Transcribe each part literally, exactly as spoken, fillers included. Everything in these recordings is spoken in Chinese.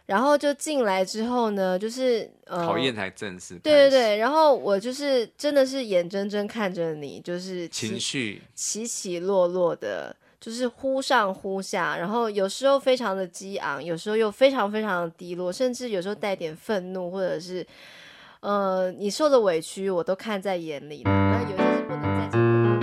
然后就进来之后呢，就是呃考验才正式开始。 对对对，然后我就是真的是眼睁睁看着你，就是情绪起起落落的。就是忽上忽下，然后有时候非常的激昂，有时候又非常非常的低落，甚至有时候带点愤怒，或者是呃你受的委屈我都看在眼里的。那有些是不能在节目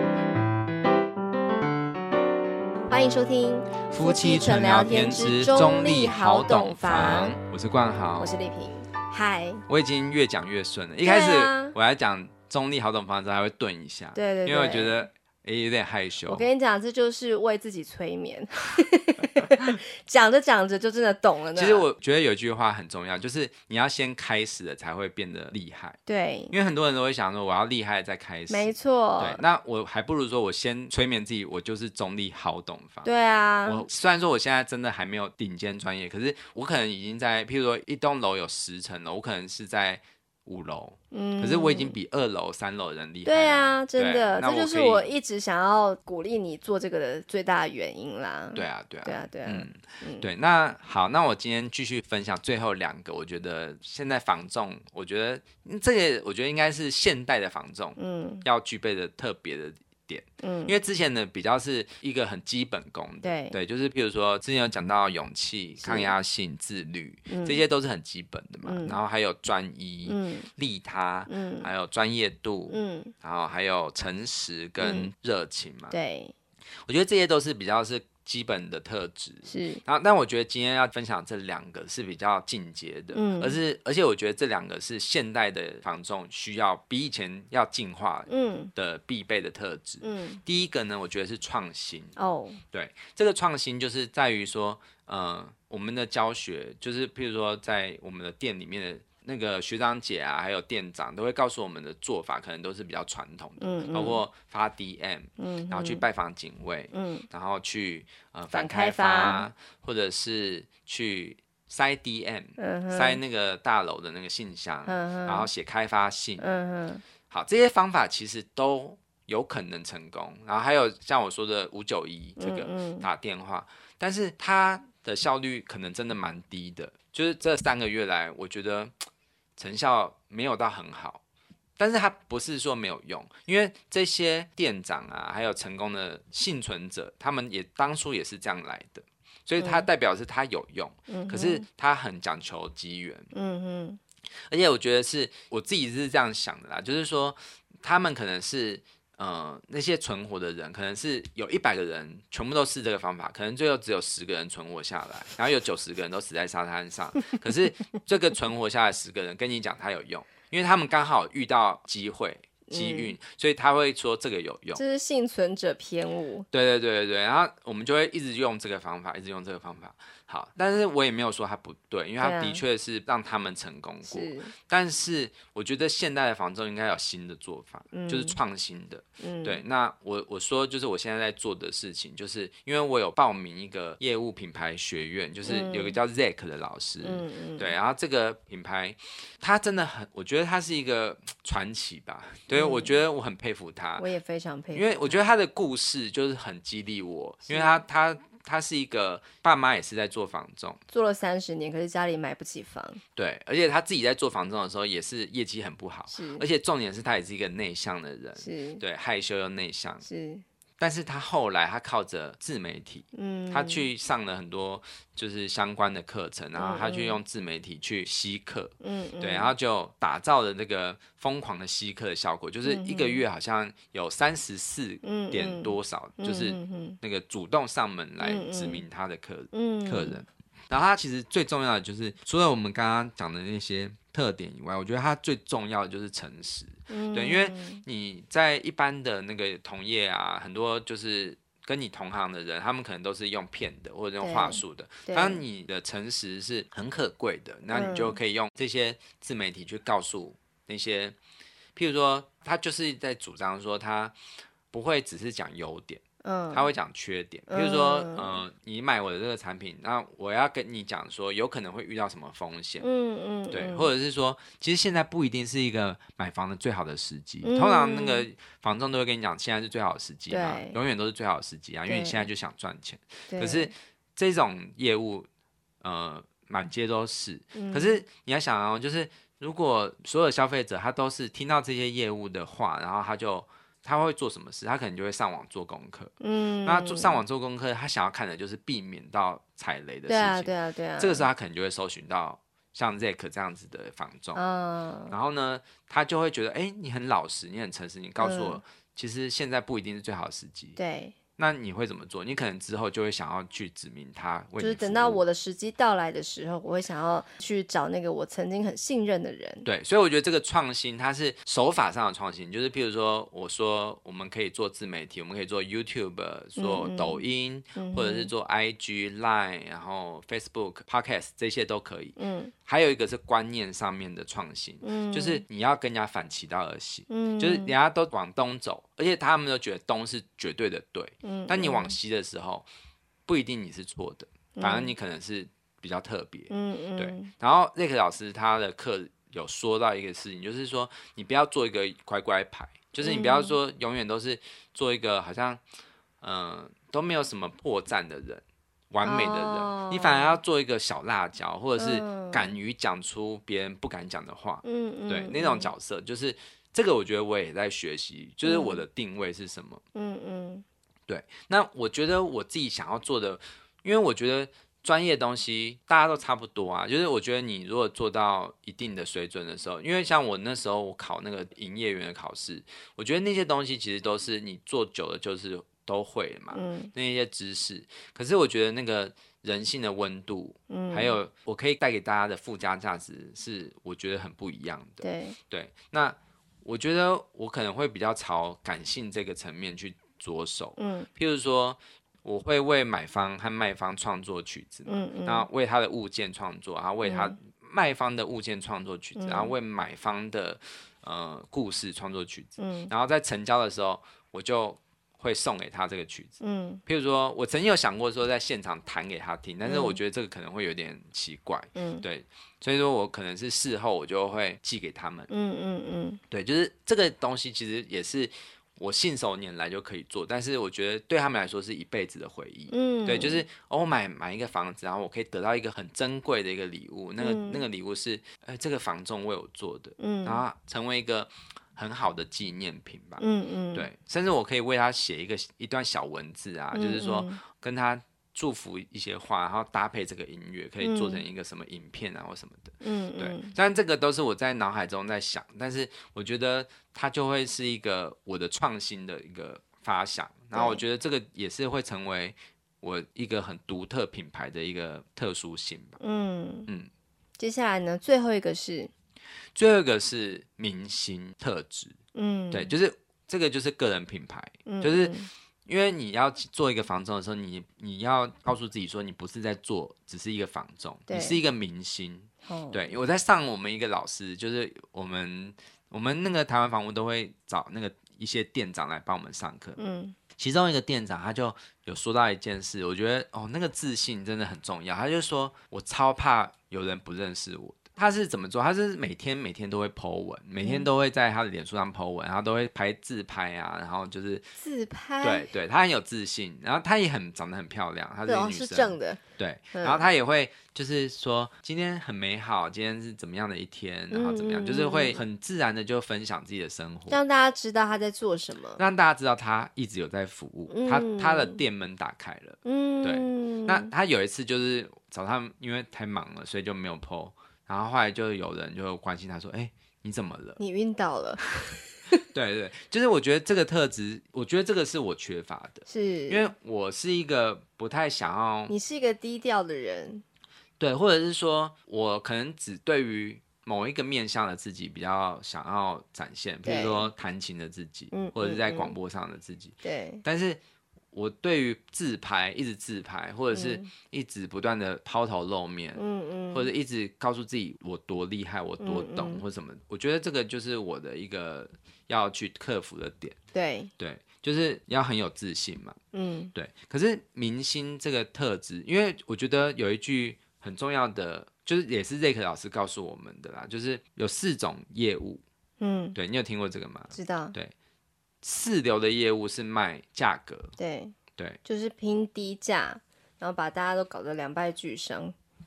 上。欢迎收听夫妻纯聊天之中立好懂房，我是冠豪， 我是丽萍。嗨， 我已经越讲越顺了。一开始我来讲中立好懂房之后还会顿一下， 对对对， 因为我觉得也有点害羞。 我跟你讲，这就是为自己催眠。讲着讲着就真的懂了呢。 其实我觉得有一句话很重要，就是你要先开始了才会变得厉害。 对， 因为很多人都会想说我要厉害再开始。 没错。 对，那我还不如说我先催眠自己，我就是中立好懂房。 对啊。 我虽然说我现在真的还没有顶尖专业，可是我可能已经在，譬如说一栋楼有十层楼，我可能是在五楼，嗯，可是我已经比二楼、三楼人厉害了。 对啊，真的，这就是我一直想要鼓励你做这个的最大的原因啦。 对啊，对啊， 对啊，对啊， 嗯，嗯对。那好，那我今天继续分享最后两个，我觉得现在房仲，我觉得这个我觉得应该是现代的房仲，嗯，要具备的特别的。嗯，因为之前呢比较是一个很基本功的，对对，就是譬如说之前有讲到勇气、抗压性、自律、嗯，这些都是很基本的嘛。嗯，然后还有专一、嗯、利他，嗯，还有专业度，嗯，然后还有诚实跟热情嘛。嗯，对，我觉得这些都是比较是基本的特质，是。然后，但我觉得今天要分享这两个是比较进阶的，嗯，而是而且我觉得这两个是现代的房仲需要比以前要进化的必备的特质。嗯，第一个呢，我觉得是创新。哦，对，这个创新就是在于说，呃，我们的教学就是譬如说在我们的店里面的。那个学长姐啊，还有店长都会告诉我们的做法，可能都是比较传统的，嗯嗯，包括发 D M，嗯，然后去拜访警卫，嗯，然后去呃反开发，或者是去塞 D M，嗯，塞那个大楼的那个信箱，嗯，然后写开发信，嗯，好，这些方法其实都有可能成功。然后还有像我说的五九一这个打电话，嗯嗯，但是它的效率可能真的蛮低的，就是这三个月来，我觉得。成效没有到很好，但是它不是说没有用，因为这些店长啊，还有成功的幸存者，他们也当初也是这样来的，所以它代表是它有用，嗯，可是它很讲求机缘，嗯嗯，而且我觉得是我自己是这样想的啦，就是说他们可能是。呃，那些存活的人可能是有一百个人全部都试这个方法，可能最后只有十个人存活下来，然后有九十个人都死在沙滩上。可是这个存活下来十个人跟你讲他有用，因为他们刚好遇到机会机运，嗯，所以他会说这个有用。 这是幸存者偏误。 对对对对对，然后我们就会一直用这个方法，一直用这个方法。好，但是我也没有说他不对，因为他的确是让他们成功过。是，但是我觉得现代的房仲应该有新的做法，嗯，就是创新的。嗯，对。那我我说就是我现在在做的事情，就是因为我有报名一个业务品牌学院，就是有个叫 Zack 的老师，嗯嗯，对。然后这个品牌，他真的很，我觉得他是一个传奇吧。对，嗯，我觉得我很佩服他， 我也非常佩服他， 因为我觉得他的故事就是很激励我，因为他他。他是一个爸妈也是在做房仲， 做了三十年，可是家里买不起房。 对，而且他自己在做房仲的时候也是业绩很不好，是，而且重点是他也是一个内向的人，是，对，害羞又内向，是。但是他后来他靠着自媒体，嗯，他去上了很多就是相关的课程，然后他去用自媒体去吸客，嗯，对，然后就打造了那个疯狂的吸客的效果，就是一个月好像有三十四点多少，嗯，就是那个主动上门来指明他的客，嗯，客人。然后他其实最重要的就是，除了我们刚刚讲的那些特点以外，我觉得他最重要的就是诚实。嗯，对，因为你在一般的那个同业啊，很多就是跟你同行的人，他们可能都是用骗的或者用话术的。当你的诚实是很可贵的，那你就可以用这些自媒体去告诉那些，譬如说，他就是在主张说他不会只是讲优点。嗯，他会讲缺点，比如说，嗯、呃，你买我的这个产品，那我要跟你讲说，有可能会遇到什么风险，嗯嗯，对，或者是说，其实现在不一定是一个买房的最好的时机，嗯、通常那个房仲都会跟你讲，现在是最好的时机嘛，永远都是最好的时机啊，因为你现在就想赚钱，可是这种业务，呃。 满街都是、嗯、可是你要想哦，就是如果所有消费者他都是听到这些业务的话，然后他就他会做什么事？他可能就会上网做功课。嗯，那上网做功课，他想要看的就是避免到踩雷的事情。对啊， 对啊，对啊。 这个时候他可能就会搜寻到像 Zack 这样子的房仲。嗯，然后呢，他就会觉得，哎、欸，你很老实，你很诚实，你告诉我、嗯，其实现在不一定是最好的时机。 对。 那你会怎么做？你可能之后就会想要去指明他为你服务， 就是等到我的时机到来的时候，我会想要去找那个我曾经很信任的人。 对，所以我觉得这个创新它是手法上的创新，就是譬如说我说我们可以做自媒体，我们可以做 YouTube 做抖音、嗯、或者是做 I G、Line 然后 Facebook、Podcast 这些都可以。嗯，还有一个是观念上面的创新、嗯、就是你要跟人家反其道而行、嗯、就是人家都往东走，而且他们都觉得东是绝对的对，嗯，但你往西的时候不一定你是错的，反而你可能是比较特别。嗯嗯，对。然后 Zack 老师他的课有说到一个事情，就是说你不要做一个乖乖牌，就是你不要说永远都是做一个好像嗯、呃、都没有什么破绽的人，完美的人、哦、你反而要做一个小辣椒，或者是敢于讲出别人不敢讲的话。嗯嗯，对，那种角色就是这个我觉得我也在学习，就是我的定位是什么。嗯嗯，对。那我觉得我自己想要做的，因为我觉得专业的东西大家都差不多啊，就是我觉得你如果做到一定的水准的时候，因为像我那时候我考那个营业员的考试，我觉得那些东西其实都是你做久了就是都会嘛、嗯、那些知识。可是我觉得那个人性的温度、嗯、还有我可以带给大家的附加价值是我觉得很不一样的。对对，那我觉得我可能会比较朝感性这个层面去着手。嗯，譬如说我会为买方和卖方创作曲子嘛，嗯嗯，然后为他的物件创作，然后为他卖方的物件创作曲子，嗯、然后为买方的呃故事创作曲子，嗯，然后在成交的时候我就会送给他这个曲子。嗯，譬如说我曾经有想过说在现场弹给他听，但是我觉得这个可能会有点奇怪。嗯，对，所以说我可能是事后我就会寄给他们。嗯嗯嗯，对，就是这个东西其实也是我信手拈来就可以做，但是我觉得对他们来说是一辈子的回忆。嗯，对，就是哦，我买买一个房子，然后我可以得到一个很珍贵的一个礼物，那个、嗯、那个礼物是，呃，这个房仲为我做的，嗯，然后成为一个很好的纪念品吧。嗯嗯，对，甚至我可以为他写一个一段小文字啊，嗯、就是说跟他祝福一些话，然后搭配这个音乐，可以做成一个什么影片啊或什么的。嗯，对。当然这个都是我在脑海中在想，但是我觉得它就会是一个我的创新的一个发想，然后我觉得这个也是会成为我一个很独特品牌的一个特殊性吧。嗯嗯。 接下来呢，最后一个是， 最后一个是明星特质。嗯，对，就是这个就是个人品牌，嗯、就是。因为你要做一个房仲的时候，你你要告诉自己说，你不是在做只是一个房仲，你是一个明星。哦、对，我在上我们一个老师，就是我们我们那个台湾房屋都会找那个一些店长来帮我们上课。嗯，其中一个店长他就有说到一件事，我觉得哦，那个自信真的很重要。他就说我超怕有人不认识我。他是怎么做？他是每天每天都会 po 文，每天都会在他的脸书上 po 文，然后都会拍自拍啊，然后就是自拍， 对对，他很有自信，然后他也很长得很漂亮，他是一个女生， 是正的， 对，然后他也会就是说今天很美好，今天是怎么样的一天，然后怎么样，嗯、就是会很自然的就分享自己的生活， 让大家知道他在做什么， 让大家知道他一直有在服务，嗯、他他的店门打开了，嗯，对，那他有一次就是早上因为太忙了，所以就没有 po。然後後來就有人就關心他說：“哎、欸，你怎麼了？ 你暈倒了。” 對對，就是我覺得這個特質，我覺得這個是我缺乏的， 是因為我是一個不太想要， 你是一個低調的人， 對，或者是說我可能只對於某一個面向的自己比較想要展現，比如說彈琴的自己，或者是在廣播上的自己， 對、嗯嗯， 但是。我對於自拍一直自拍，或者是一直不斷的拋頭露面，嗯嗯，或者一直告訴自己我多厲害，我多懂，嗯嗯或什麼，我覺得這個就是我的一個要去克服的點。 對對，就是要很有自信嘛。嗯，對。可是明星這個特質，因為我覺得有一句很重要的，就是也是 Zack 老師告訴我們的啦，就是有四種業務。嗯，對，你有聽過這個嗎？ 知道。 對。四流的業務是賣價格， 對對， 就是拼低價，然後把大家都搞得兩敗俱傷。 對，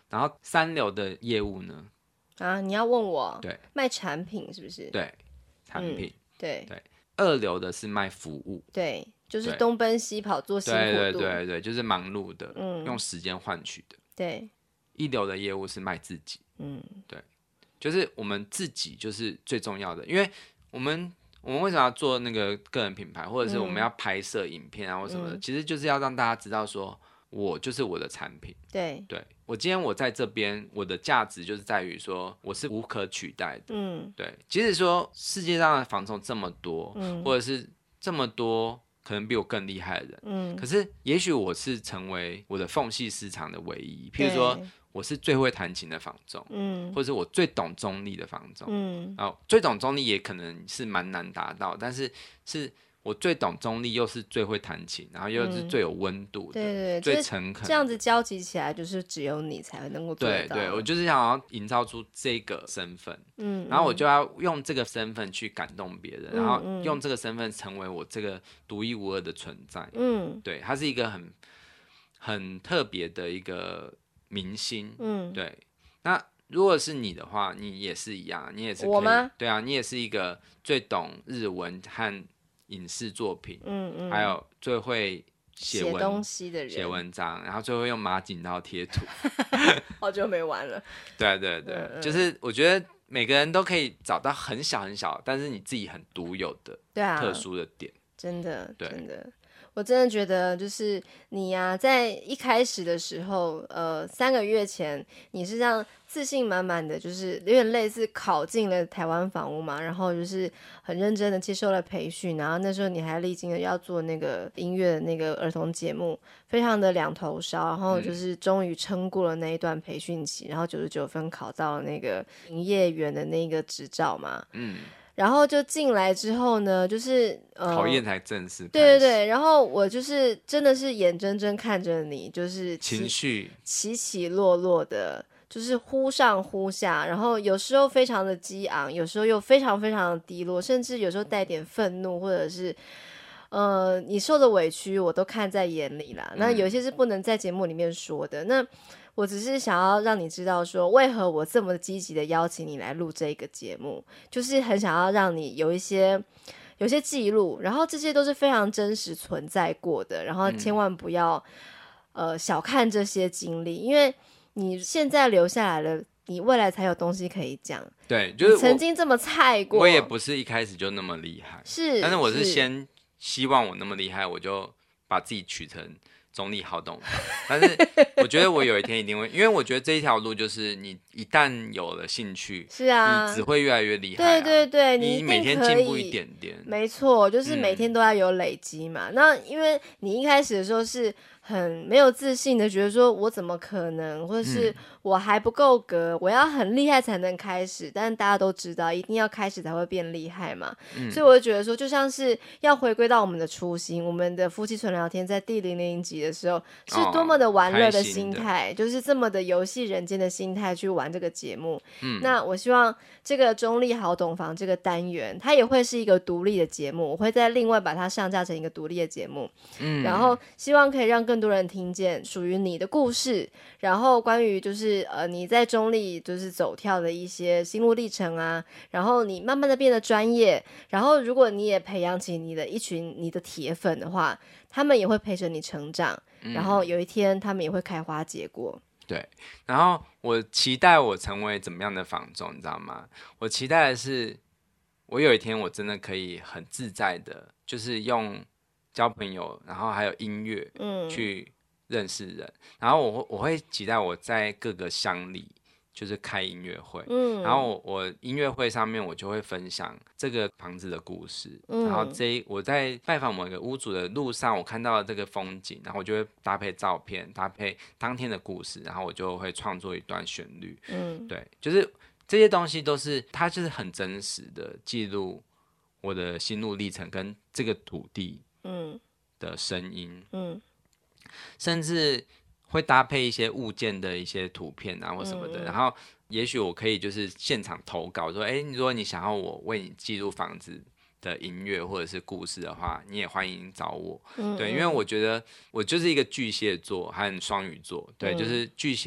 然后三流的业务呢？ 啊，你要问我？ 对， 卖产品是不是？ 对，产品。嗯、 对对，二流的是卖服务。 对，就是东奔西跑做辛苦度。 对对对对，就是忙碌的， 嗯、 用时间换取的。 对， 一流的业务是卖自己。嗯，对，就是我们自己就是最重要的，因为我们。我们为什么要做那个个人品牌，或者是我们要拍摄影片啊或什么的、嗯、其实就是要让大家知道说我就是我的产品。 对， 对，我今天我在这边，我的价值就是在于说我是无可取代的。嗯，对，即使说世界上的房仲这么多、嗯、或者是这么多可能比我更厉害的人、嗯、可是也许我是成为我的缝隙市场的唯一，譬如说我是最会弹琴的房仲，嗯，或者是我最懂中立的房仲，嗯，然后最懂中立也可能是蛮难达到，但是是我最懂中立，又是最会弹琴，然后又是最有温度的，嗯、对对对，最诚恳， 这样子交集起来，就是只有你才能够做得到。 对对，我就是想要营造出这个身份，嗯，然后我就要用这个身份去感动别人，嗯、然后用这个身份成为我这个独一无二的存在，嗯，对，它是一个很很特别的一个。明星，嗯，对。那如果是你的话，你也是一样，你也是可以， 我吗？ 对啊，你也是一个最懂日文和影视作品，嗯嗯，还有最会写文写东西的人， 写文章，然后最会用马景刀贴图， 好久没玩了。 对对对，嗯嗯，就是我觉得每个人都可以找到很小很小，但是你自己很独有的， 对啊， 特殊的点， 真的，真的。我真的觉得，就是你呀、啊，在一开始的时候，呃，三个月前，你是这样自信满满的，就是有点类似考进了台湾房屋嘛，然后就是很认真的接受了培训，然后那时候你还历经了要做那个音乐的那个儿童节目，非常的两头烧，然后就是终于撑过了那一段培训期，然后九十九分考到了那个营业员的那个执照嘛，嗯。然后就进来之后呢，就是呃， 考验才正式开始。 对对对，然后我就是真的是眼睁睁看着你，就是情绪起起落落的，就是忽上忽下，然后有时候非常的激昂，有时候又非常非常的低落，甚至有时候带点愤怒，或者是呃你受的委屈我都看在眼里啦。那有些是不能在节目里面说的，那我只是想要让你知道说为何我这么积极的邀请你来录这个节目，就是很想要让你有一些有些记录，然后这些都是非常真实存在过的，然后千万不要、嗯、呃小看这些经历，因为你现在留下来了，你未来才有东西可以讲。 对，就是你曾经这么菜过， 我也不是一开始就那么厉害， 是， 但是我是先希望我那么厉害，我就把自己取成中立好懂法，但是我觉得我有一天一定会，因为我觉得这一条路就是你一旦有了兴趣， 是啊， 你只会越来越厉害、啊。 对对对， 你每天进步一点点， 没错，就是每天都要有累积嘛。嗯、那因为你一开始的时候是很没有自信的，觉得说我怎么可能，或者是我还不够格，我要很厉害才能开始。但是大家都知道，一定要开始才会变厉害嘛。嗯、所以我就觉得说，就像是要回归到我们的初心，我们的夫妻纯聊天在第零零集的时候，是多么的玩乐的心态，哦、就是这么的游戏人间的心态去玩这个节目。嗯、那我希望这个中立好懂房这个单元，它也会是一个独立的节目，我会再另外把它上架成一个独立的节目。嗯，然后希望可以让更多人听见属于你的故事，然后关于就是呃你在中立就是走跳的一些心路历程啊，然后你慢慢的变得专业，然后如果你也培养起你的一群你的铁粉的话，他们也会陪着你成长，嗯、然后有一天他们也会开花结果。 对，然后我期待我成为怎么样的房仲，你知道吗？我期待的是我有一天我真的可以很自在的，就是用交朋友，然后还有音乐去认识人，嗯、然后我我会期待我在各个乡里就是开音乐会，嗯、然后 我, 我音乐会上面我就会分享这个房子的故事，嗯、然后这我在拜访某一个屋主的路上，我看到了这个风景，然后我就会搭配照片，搭配当天的故事，然后我就会创作一段旋律，嗯、对，就是这些东西都是它就是很真实的记录我的心路历程跟这个土地的声音，嗯、甚至会搭配一些物件的一些图片啊或什么的，嗯、然后也许我可以就是现场投稿说，哎，如果你想要我为你记录房子的音乐或者是故事的话，你也欢迎找我。嗯、对，因为我觉得我就是一个巨蟹座和双鱼座，对，嗯、就是巨蟹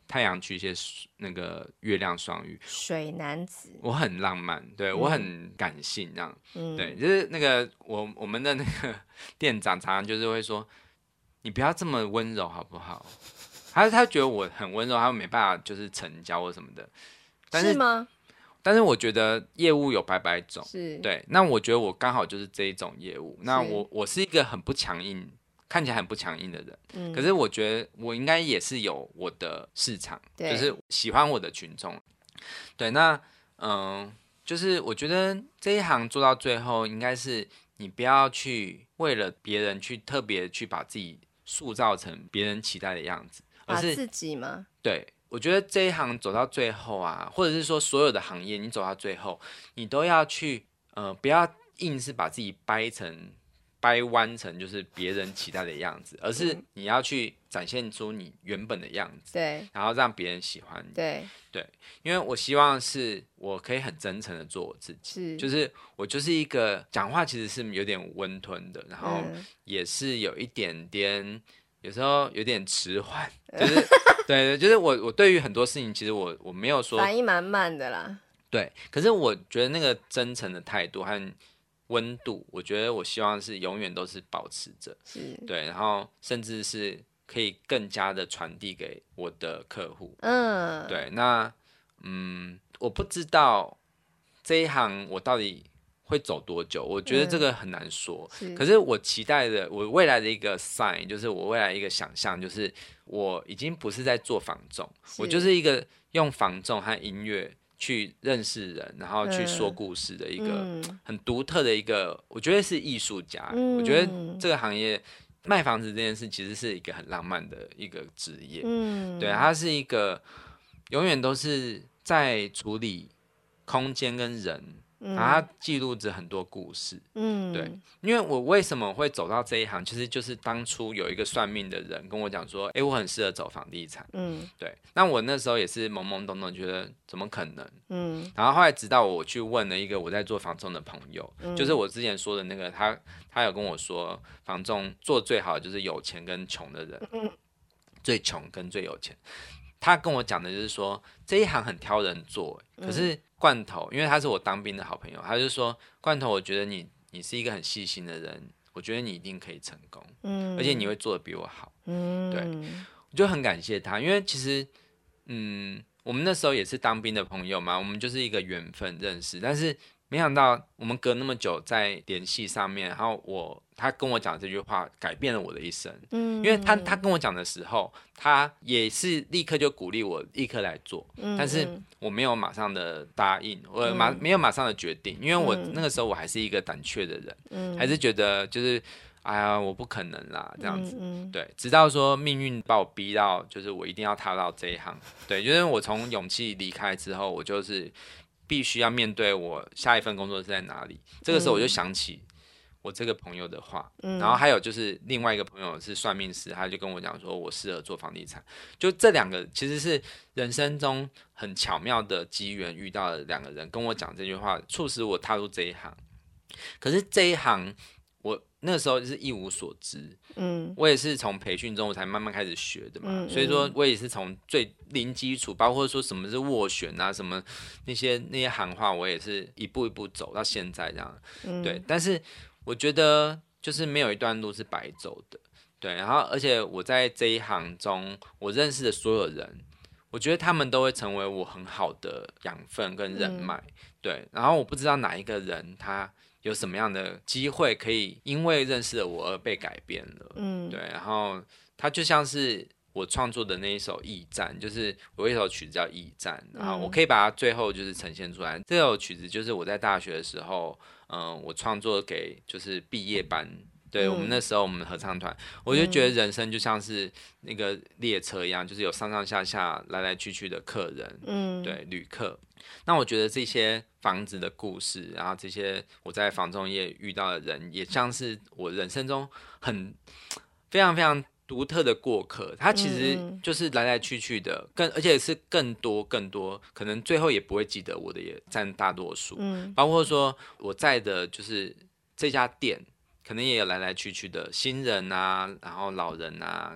太阳巨蟹那个月亮双鱼， 水男子， 我很浪漫，对、嗯、我很感性这样、嗯、对，就是那个我我们的那个店长常常就是会说你不要这么温柔好不好，他他觉得我很温柔，他没办法就是成交或什么的，但是是吗？ 但是我觉得业务有百百种， 是， 对，那我觉得我刚好就是这一种业务，那我我是一个很不强硬，看起来很不强硬的人、嗯、可是我觉得我应该也是有我的市场，就是喜欢我的群众，对，那嗯、呃，就是我觉得这一行做到最后应该是你不要去为了别人去特别去把自己塑造成别人期待的样子，而是把自己吗？ 对，我觉得这一行走到最后啊，或者是说所有的行业你走到最后，你都要去呃，不要硬是把自己掰成掰弯成就是别人期待的样子，而是你要去展现出你原本的样子， 对， 然后让别人喜欢你， 对对，因为我希望是我可以很真诚的做我自己，是就是我就是一个讲话其实是有点温吞的，然后也是有一点点有时候有点迟缓，就是对对，就是我我对于很多事情其实我我没有说反应蛮慢的啦， 对，可是我觉得那个真诚的态度和温度，我觉得我希望是永远都是保持着，对，然后甚至是可以更加的传递给我的客户，嗯，对，那嗯，我不知道这一行我到底会走多久，我觉得这个很难说、嗯、是，可是我期待的我未来的一个 sign 就是我未来一个想象，就是我已经不是在做房仲，我就是一个用房仲和音乐去认识人，然后去说故事的一个很独特的一个、嗯、我觉得是艺术家、嗯、我觉得这个行业卖房子这件事其实是一个很浪漫的一个职业、嗯、对，它是一个永远都是在处理空间跟人，然后它记录着很多故事，嗯，对，因为我为什么会走到这一行，其实就是当初有一个算命的人跟我讲说，哎，我很适合走房地产，嗯，对，那我那时候也是懵懵懂懂，觉得怎么可能，嗯，然后后来直到我去问了一个我在做房仲的朋友，嗯、就是我之前说的那个，他他有跟我说，房仲做最好的就是有钱跟穷的人，嗯、最穷跟最有钱。他跟我讲的就是说这一行很挑人做，可是罐头因为他是我当兵的好朋友，他就说罐头我觉得你你是一个很细心的人，我觉得你一定可以成功、嗯、而且你会做得比我好、嗯、对，我就很感谢他，因为其实嗯，我们那时候也是当兵的朋友嘛，我们就是一个缘分认识，但是没想到我们隔那么久在联系上面，然后我他跟我讲这句话改变了我的一生、嗯、因为他他跟我讲的时候他也是立刻就鼓励我立刻来做、嗯、但是我没有马上的答应，我马、嗯、没有马上的决定，因为我那个时候我还是一个胆怯的人、嗯、还是觉得就是哎呀我不可能啦这样子、嗯嗯、对，直到说命运把我逼到就是我一定要踏到这一行，对，就是我从勇气离开之后，我就是必须要面对我下一份工作是在哪里，这个时候我就想起我这个朋友的话、嗯、然后还有就是另外一个朋友是算命师，他就跟我讲说我适合做房地产，就这两个其实是人生中很巧妙的机缘遇到的两个人跟我讲这句话，促使我踏入这一行。可是这一行我那个时候是一无所知，嗯，我也是从培训中我才慢慢开始学的嘛，嗯嗯，所以说我也是从最零基础，包括说什么是斡旋啊，什么那些那些行话，我也是一步一步走到现在这样，嗯、对。但是我觉得就是没有一段路是白走的，对。然后而且我在这一行中，我认识的所有人，我觉得他们都会成为我很好的养分跟人脉、嗯，对。然后我不知道哪一个人他有什么样的机会可以因为认识了我而被改变了，嗯，对，然后它就像是我创作的那一首《驿站》，就是我有一首曲子叫《驿站》，然后我可以把它最后就是呈现出来。嗯、这首曲子就是我在大学的时候，嗯、呃，我创作给就是毕业班。对、嗯、我们那时候我们合唱团，我就觉得人生就像是那个列车一样，就是有上上下下来来去去的客人，嗯，对，旅客。那我觉得这些房子的故事，然后这些我在房仲业遇到的人，也像是我人生中很非常非常独特的过客。他其实就是来来去去的，更而且是更多更多，可能最后也不会记得我的也占大多数。嗯，包括说我在的就是这家店。可能也有来来去去的新人啊，然后老人啊，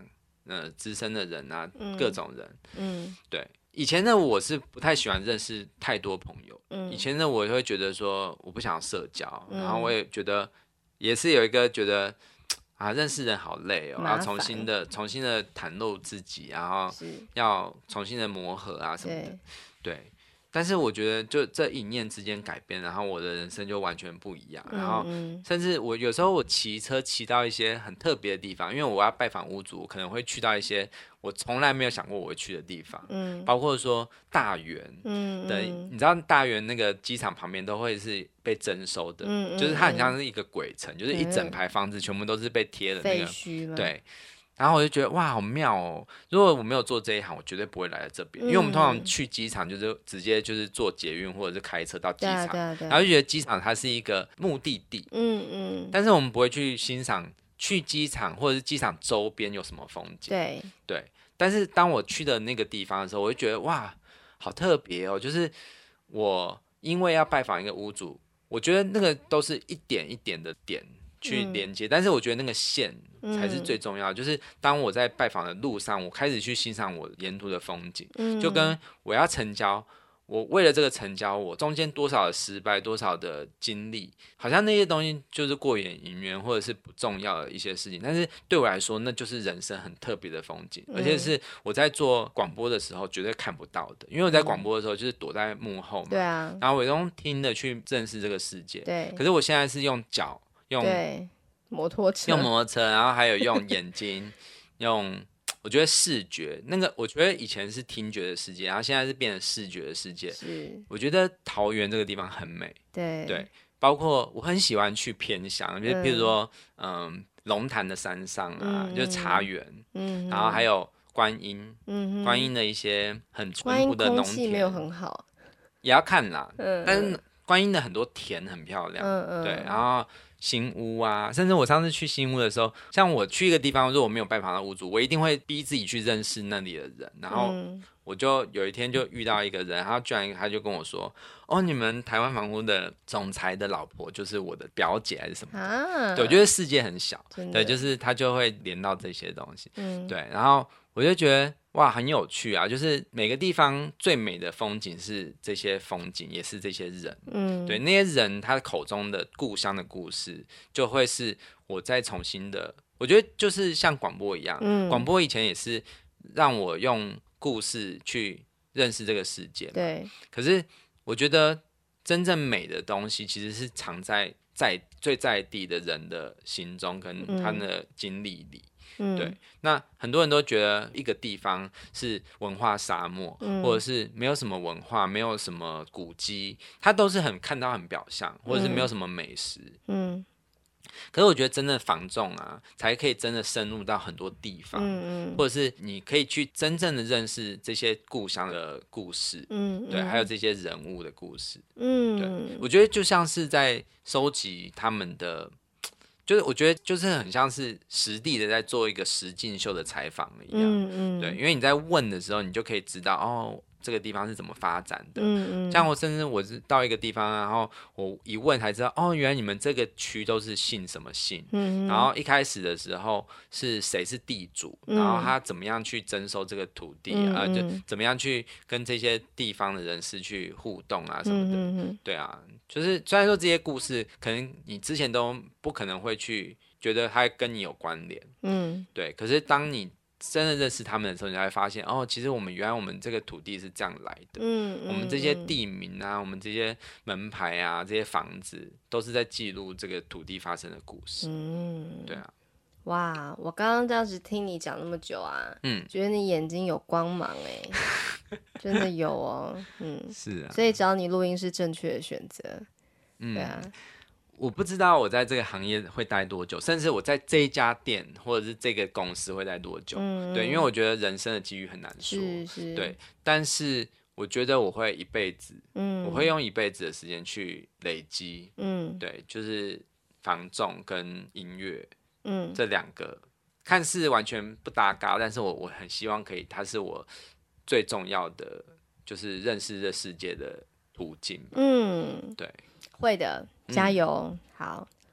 呃资深的人啊， 嗯各种人， 嗯对。以前的我是不太喜欢认识太多朋友， 嗯以前的我会觉得说我不想社交， 嗯然后我也觉得也是有一个觉得啊认识人好累哦，要重新的重新的袒露自己，然后要重新的磨合啊什么的，对。但是我觉得就这一念之间改变，然后我的人生就完全不一样。然后甚至我有时候我骑车骑到一些很特别的地方，因为我要拜访屋主，我可能会去到一些我从来没有想过我会去的地方，嗯，包括说大园，嗯的，你知道大园那个机场旁边都会是被征收的，嗯、就是它很像是一个鬼城，就是一整排房子全部都是被贴了那个，对。然后我就觉得哇，好妙哦！如果我没有做这一行，我绝对不会来到这边，嗯、因为我们通常去机场就是直接就是坐捷运或者是开车到机场，对啊对啊对啊，然后就觉得机场它是一个目的地，嗯嗯，但是我们不会去欣赏去机场或者是机场周边有什么风景，对对。但是当我去的那个地方的时候，我就觉得哇，好特别哦！就是我因为要拜访一个屋主，我觉得那个都是一点一点的点去连接，嗯、但是我觉得那个线才是最重要的。嗯、就是当我在拜访的路上，我开始去欣赏我沿途的风景，嗯、就跟我要成交，我为了这个成交，我中间多少的失败，多少的经历，好像那些东西就是过眼云烟，或者是不重要的一些事情，但是对我来说，那就是人生很特别的风景，嗯、而且是我在做广播的时候绝对看不到的，因为我在广播的时候就是躲在幕后嘛，对啊，然后我用听的去认识这个世界，对，可是我现在是用脚。用摩托车， 用摩托车，然后还有用眼睛，用我觉得视觉那个，我觉得以前是听觉的世界，然后现在是变成视觉的世界。是，我觉得桃园这个地方很美，对对，包括我很喜欢去偏乡，就譬如说，嗯，龙潭的山上啊，嗯、就茶园，嗯，然后还有观音，嗯，观音的一些很淳朴的农田，空气没有很好， 也要看啦，嗯，但是观音的很多田很漂亮，嗯嗯，对，然后。新屋啊，甚至我上次去新屋的时候，像我去一个地方，如果我没有拜访到屋主，我一定会逼自己去认识那里的人。然后我就有一天就遇到一个人，他居然他就跟我说：“哦，你们台湾房屋的总裁的老婆就是我的表姐还是什么的？”啊、对，我觉得世界很小，对，就是他就会连到这些东西，嗯、对，然后我就觉得。哇，很有趣啊！就是每个地方最美的风景是这些风景，也是这些人。嗯，对，那些人他口中的故乡的故事，就会是我再重新的。我觉得就是像广播一样，嗯、广播以前也是让我用故事去认识这个世界。对。可是我觉得真正美的东西，其实是藏在在最在地的人的心中，跟他的经历里。嗯、对，那很多人都觉得一个地方是文化沙漠，嗯、或者是没有什么文化，没有什么古迹，它都是很看到很表象，或者是没有什么美食。嗯，可是我觉得真的房仲啊，才可以真的深入到很多地方，嗯、或者是你可以去真正的认识这些故乡的故事，嗯、对，还有这些人物的故事。嗯，对，我觉得就像是在收集他们的。就是我觉得就是很像是实地的在做一个实境秀的采访一样，嗯嗯，对，因为你在问的时候，你就可以知道哦，这个地方是怎么发展的，嗯嗯，像我甚至我是到一个地方，然后我一问才知道，哦，原来你们这个区都是姓什么姓，嗯，然后一开始的时候是谁是地主，嗯、然后他怎么样去征收这个土地，嗯、呃，就怎么样去跟这些地方的人士去互动啊什么的，嗯嗯对啊。就是虽然说这些故事可能你之前都不可能会去觉得它跟你有关联，嗯，对。可是当你真的认识他们的时候，你才会发现，哦，其实我们原来我们这个土地是这样来的，嗯，我们这些地名啊，我们这些门牌啊，这些房子都是在记录这个土地发生的故事，嗯，对啊。 哇，我刚刚这样子听你讲那么久啊，嗯，觉得你眼睛有光芒哎、欸，真的有哦，嗯， 是啊， 所以找你录音是正确的选择，嗯，对啊， 我不知道我在这个行业会待多久，甚至我在这一家店或者是这个公司会待多久，嗯，对，因为我觉得人生的机遇很难说，是是，对，但是我觉得我会一辈子，嗯，我会用一辈子的时间去累积，嗯，对，就是房仲跟音乐。嗯，这两个看似完全不搭嘎，但是我我很希望可以，它是我最重要的，就是认识这世界的途径。嗯，对， 会的，加油。嗯、好，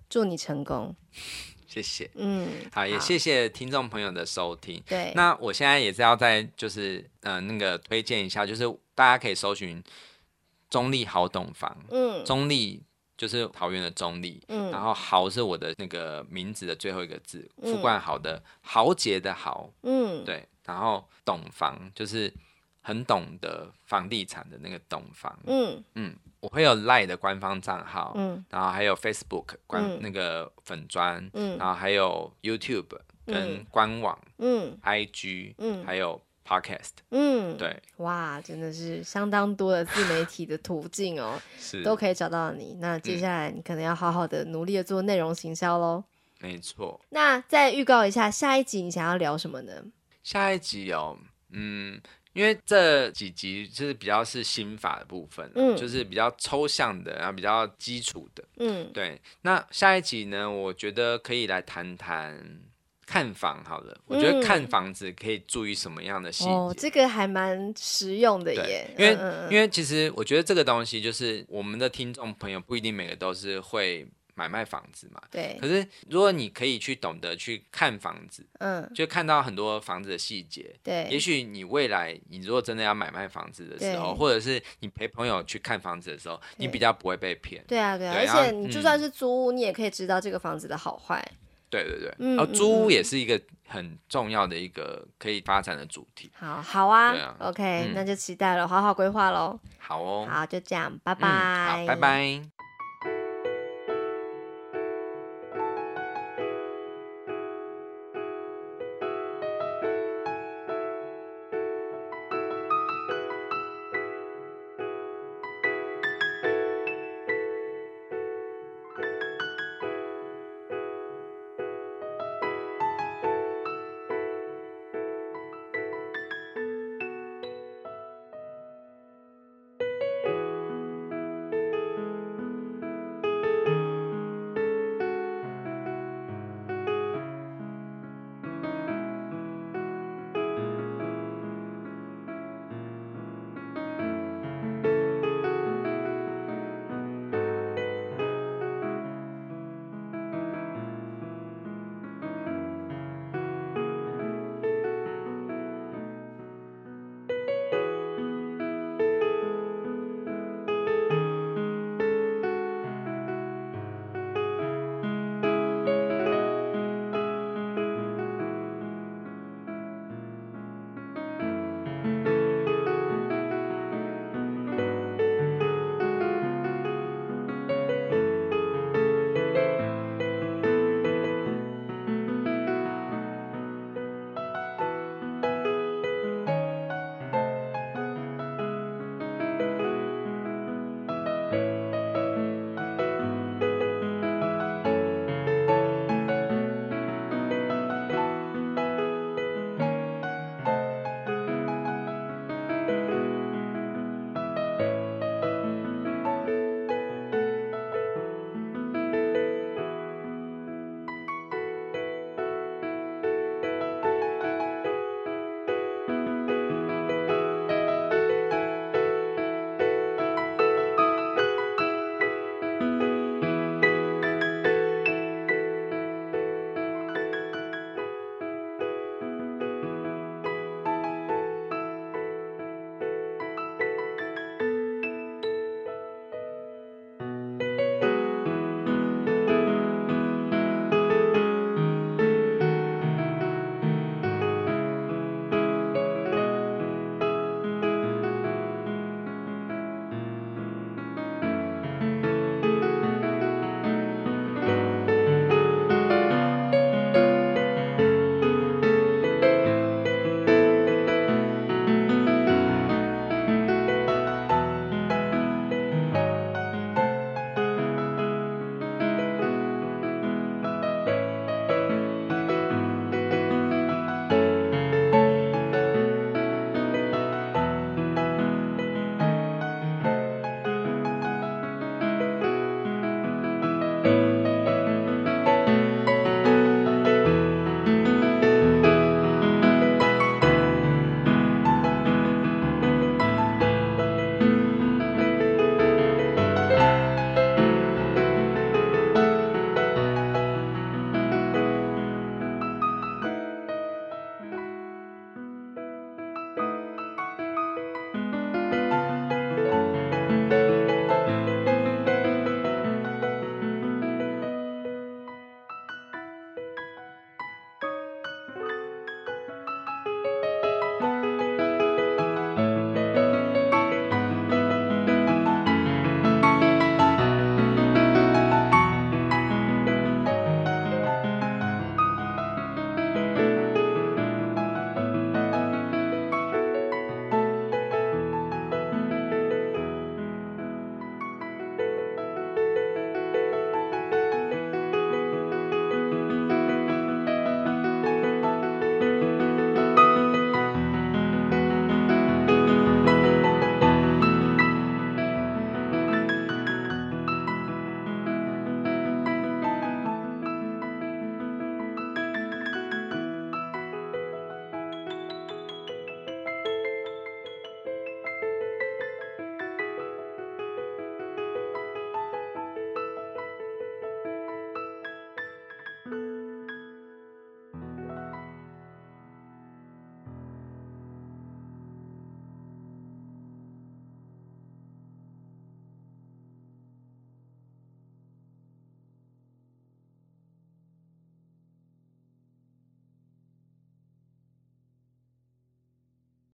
祝你成功。 谢谢， 嗯， 好，也谢谢听众朋友的收听。 对， 那我现在也是要再就是呃那个推荐一下，就是大家可以搜寻中立好懂房，嗯，中立就是桃园的中立，嗯，然后豪是我的那个名字的最后一个字，富冠豪的豪杰的豪，嗯，对，然后懂房就是很懂得房地产的那个懂房，嗯嗯。我会有 Line 的官方账号，嗯，然后还有 Facebook 官、嗯、那个粉专，嗯，然后还有 YouTube 跟官网，嗯 ，I G，嗯，还有 Podcast，嗯，对， 哇，真的是相当多的自媒体的途径哦，是都可以找到你。那接下来你可能要好好的努力的做内容行销咯。 没错。 那再预告一下下一集你想要聊什么呢？ 下一集哦，嗯。因为这几集就是比较是心法的部分、啊嗯，就是比较抽象的，然后比较基础的，嗯，对。那下一集呢，我觉得可以来谈谈看房好了。我觉得看房子可以注意什么样的细节、嗯？哦， 这个还蛮实用的耶。 因为、 嗯嗯、 因为其实我觉得这个东西就是我们的听众朋友不一定每个都是会买卖房子嘛， 对。 可是如果你可以去懂得去看房子，嗯，就看到很多房子的细节， 对。 也许你未来你如果真的要买卖房子的时候，或者是你陪朋友去看房子的时候，你比较不会被骗。 对啊，对啊。对而且你就算是租屋、嗯，你也可以知道这个房子的好坏。 对对对，嗯、然后租屋也是一个很重要的一个可以发展的主题。 好，好啊， 对啊 ，OK，、嗯、那就期待了，好好规划咯。 好哦， 好，就这样，拜拜。 嗯、好，拜拜。